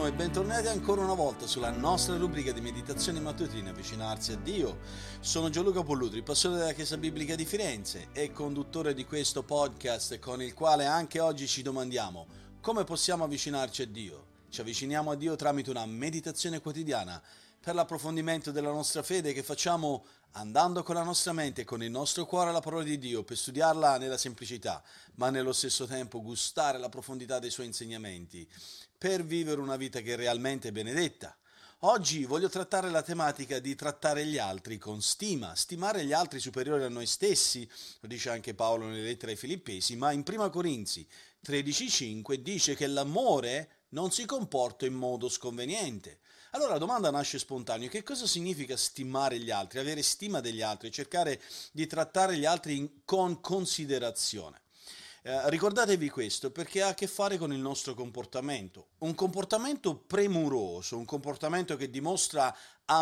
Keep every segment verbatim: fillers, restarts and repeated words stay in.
e bentornati ancora una volta sulla nostra rubrica di meditazioni mattutine Avvicinarsi a Dio. Sono Gianluca Pollutri, pastore della Chiesa Biblica di Firenze e conduttore di questo podcast con il quale anche oggi ci domandiamo come possiamo avvicinarci a Dio. Ci avviciniamo a Dio tramite una meditazione quotidiana per l'approfondimento della nostra fede che facciamo andando con la nostra mente e con il nostro cuore alla parola di Dio per studiarla nella semplicità, ma nello stesso tempo gustare la profondità dei suoi insegnamenti per vivere una vita che è realmente benedetta. Oggi voglio trattare la tematica di trattare gli altri con stima, stimare gli altri superiori a noi stessi, lo dice anche Paolo nelle lettere ai Filippesi, ma in prima Corinzi tredici cinque dice che l'amore non si comporta in modo sconveniente. Allora la domanda nasce spontanea: che cosa significa stimare gli altri, avere stima degli altri, cercare di trattare gli altri in, con considerazione? Eh, ricordatevi questo perché ha a che fare con il nostro comportamento. Un comportamento premuroso, un comportamento che dimostra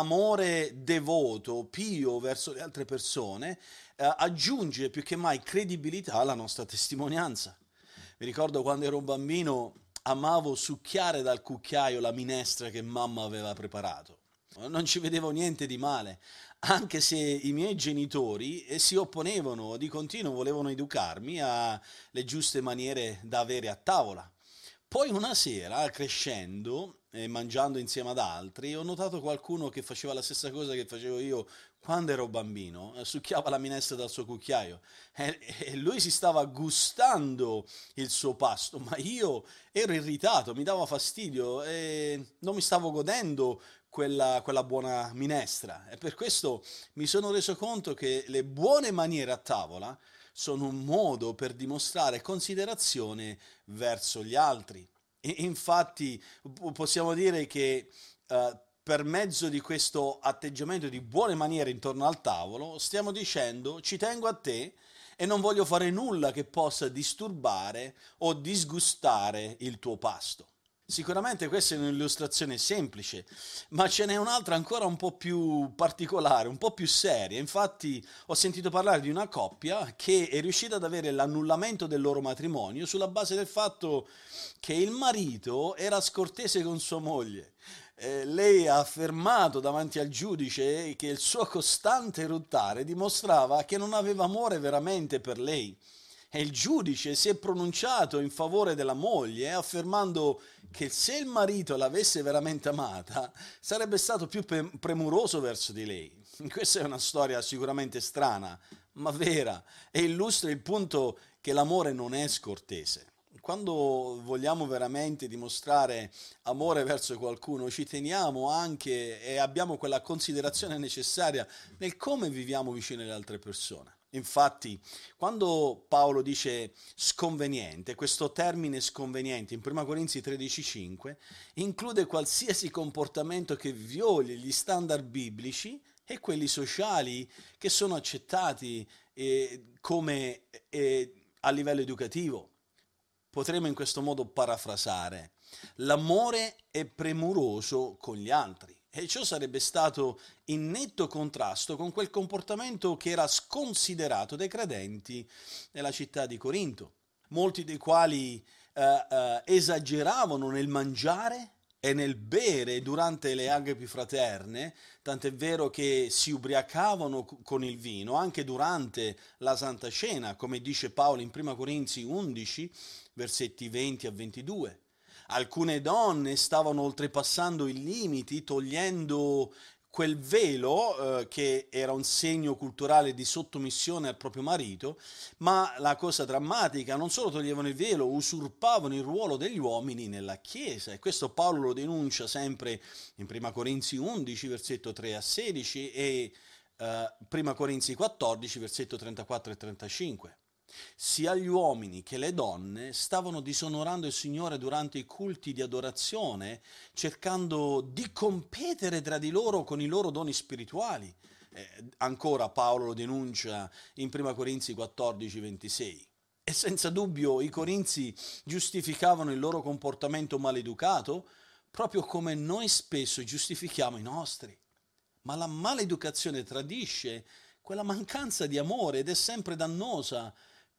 amore devoto, pio verso le altre persone, eh, aggiunge più che mai credibilità alla nostra testimonianza. Mi ricordo quando ero un bambino amavo succhiare dal cucchiaio la minestra che mamma aveva preparato. Non ci vedevo niente di male, anche se i miei genitori si opponevano, di continuo volevano educarmi alle giuste maniere da avere a tavola. Poi una sera, crescendo e mangiando insieme ad altri, ho notato qualcuno che faceva la stessa cosa che facevo io quando ero bambino, succhiava la minestra dal suo cucchiaio e, e lui si stava gustando il suo pasto, ma io ero irritato, mi dava fastidio e non mi stavo godendo quella, quella buona minestra. E per questo mi sono reso conto che le buone maniere a tavola sono un modo per dimostrare considerazione verso gli altri. E infatti possiamo dire che uh, per mezzo di questo atteggiamento di buone maniere intorno al tavolo stiamo dicendo: ci tengo a te e non voglio fare nulla che possa disturbare o disgustare il tuo pasto. Sicuramente questa è un'illustrazione semplice, ma ce n'è un'altra ancora un po' più particolare, un po' più seria. Infatti ho sentito parlare di una coppia che è riuscita ad avere l'annullamento del loro matrimonio sulla base del fatto che il marito era scortese con sua moglie. Eh, lei ha affermato davanti al giudice che il suo costante ruttare dimostrava che non aveva amore veramente per lei. E il giudice si è pronunciato in favore della moglie, affermando che se il marito l'avesse veramente amata, sarebbe stato più pe- premuroso verso di lei. Questa è una storia sicuramente strana, ma vera, e illustra il punto che l'amore non è scortese. Quando vogliamo veramente dimostrare amore verso qualcuno, ci teniamo anche e abbiamo quella considerazione necessaria nel come viviamo vicino alle altre persone. Infatti, quando Paolo dice sconveniente, questo termine sconveniente in prima Corinzi tredici cinque include qualsiasi comportamento che violi gli standard biblici e quelli sociali che sono accettati eh, come eh, a livello educativo. Potremmo in questo modo parafrasare: l'amore è premuroso con gli altri. E ciò sarebbe stato in netto contrasto con quel comportamento che era sconsiderato dai credenti nella città di Corinto, molti dei quali eh, eh, esageravano nel mangiare e nel bere durante le agapi fraterne, tant'è vero che si ubriacavano con il vino anche durante la Santa Cena, come dice Paolo in prima Corinzi undici, versetti venti a ventidue. Alcune donne stavano oltrepassando i limiti, togliendo quel velo eh, che era un segno culturale di sottomissione al proprio marito, ma la cosa drammatica: non solo toglievano il velo, usurpavano il ruolo degli uomini nella Chiesa, e questo Paolo lo denuncia sempre in prima Corinzi undici, versetto tre a sedici, e eh, prima Corinzi quattordici, versetto trentaquattro e trentacinque. Sia gli uomini che le donne stavano disonorando il Signore durante i culti di adorazione, cercando di competere tra di loro con i loro doni spirituali. Eh, ancora Paolo lo denuncia in prima Corinzi quattordici ventisei. E senza dubbio i corinzi giustificavano il loro comportamento maleducato, proprio come noi spesso giustifichiamo i nostri. Ma la maleducazione tradisce quella mancanza di amore ed è sempre dannosa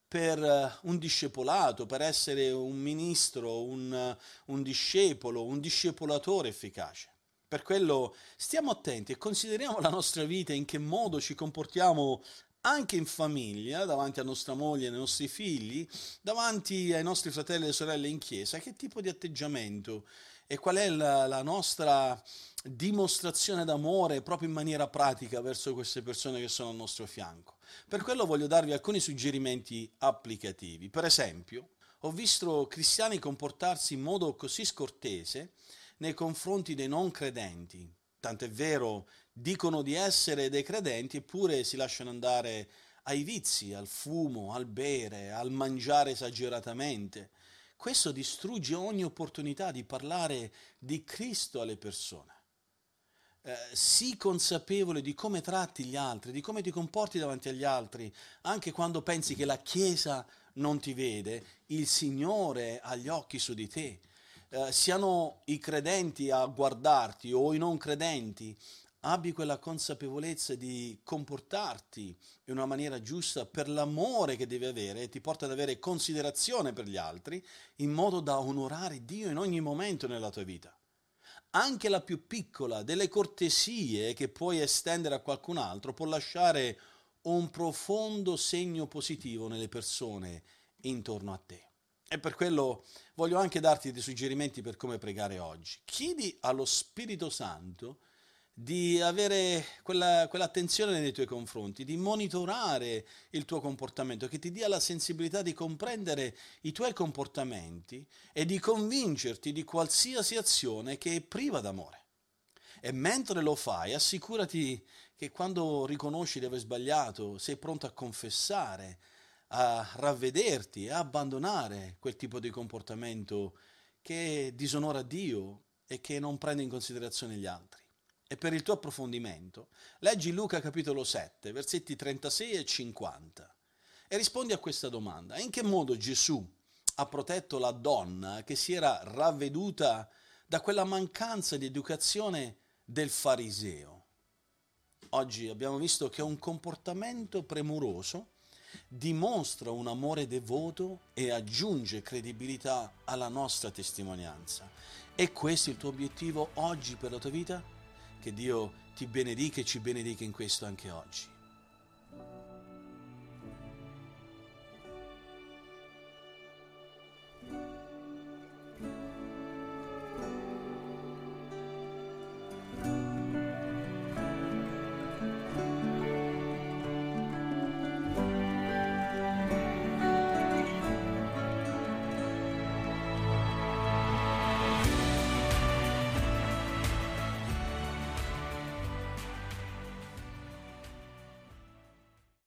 per eh, un discepolato, per essere un ministro, un, eh, un discepolo, un discepolatore efficace. Per quello stiamo attenti e consideriamo la nostra vita, in che modo ci comportiamo anche in famiglia, davanti a nostra moglie e ai nostri figli, davanti ai nostri fratelli e sorelle in chiesa, che tipo di atteggiamento e qual è la, la nostra dimostrazione d'amore proprio in maniera pratica verso queste persone che sono al nostro fianco. Per quello voglio darvi alcuni suggerimenti applicativi. Per esempio, ho visto cristiani comportarsi in modo così scortese nei confronti dei non credenti. Tant'è vero, dicono di essere dei credenti eppure si lasciano andare ai vizi, al fumo, al bere, al mangiare esageratamente. Questo distrugge ogni opportunità di parlare di Cristo alle persone. Eh, sii consapevole di come tratti gli altri, di come ti comporti davanti agli altri, anche quando pensi che la Chiesa non ti vede, il Signore ha gli occhi su di te. Eh, siano i credenti a guardarti o i non credenti, abbi quella consapevolezza di comportarti in una maniera giusta per l'amore che devi avere e ti porta ad avere considerazione per gli altri, in modo da onorare Dio in ogni momento nella tua vita. Anche la più piccola delle cortesie che puoi estendere a qualcun altro può lasciare un profondo segno positivo nelle persone intorno a te. E per quello voglio anche darti dei suggerimenti per come pregare oggi. Chiedi allo Spirito Santo di avere quella, quell'attenzione nei tuoi confronti, di monitorare il tuo comportamento, che ti dia la sensibilità di comprendere i tuoi comportamenti e di convincerti di qualsiasi azione che è priva d'amore. E mentre lo fai, assicurati che quando riconosci di aver sbagliato, sei pronto a confessare, a ravvederti e a abbandonare quel tipo di comportamento che disonora Dio e che non prende in considerazione gli altri. E per il tuo approfondimento, leggi Luca capitolo sette, versetti trentasei e cinquanta e rispondi a questa domanda. In che modo Gesù ha protetto la donna che si era ravveduta da quella mancanza di educazione del fariseo? Oggi abbiamo visto che un comportamento premuroso dimostra un amore devoto e aggiunge credibilità alla nostra testimonianza. E questo è il tuo obiettivo oggi per la tua vita? Che Dio ti benedica e ci benedica in questo anche oggi.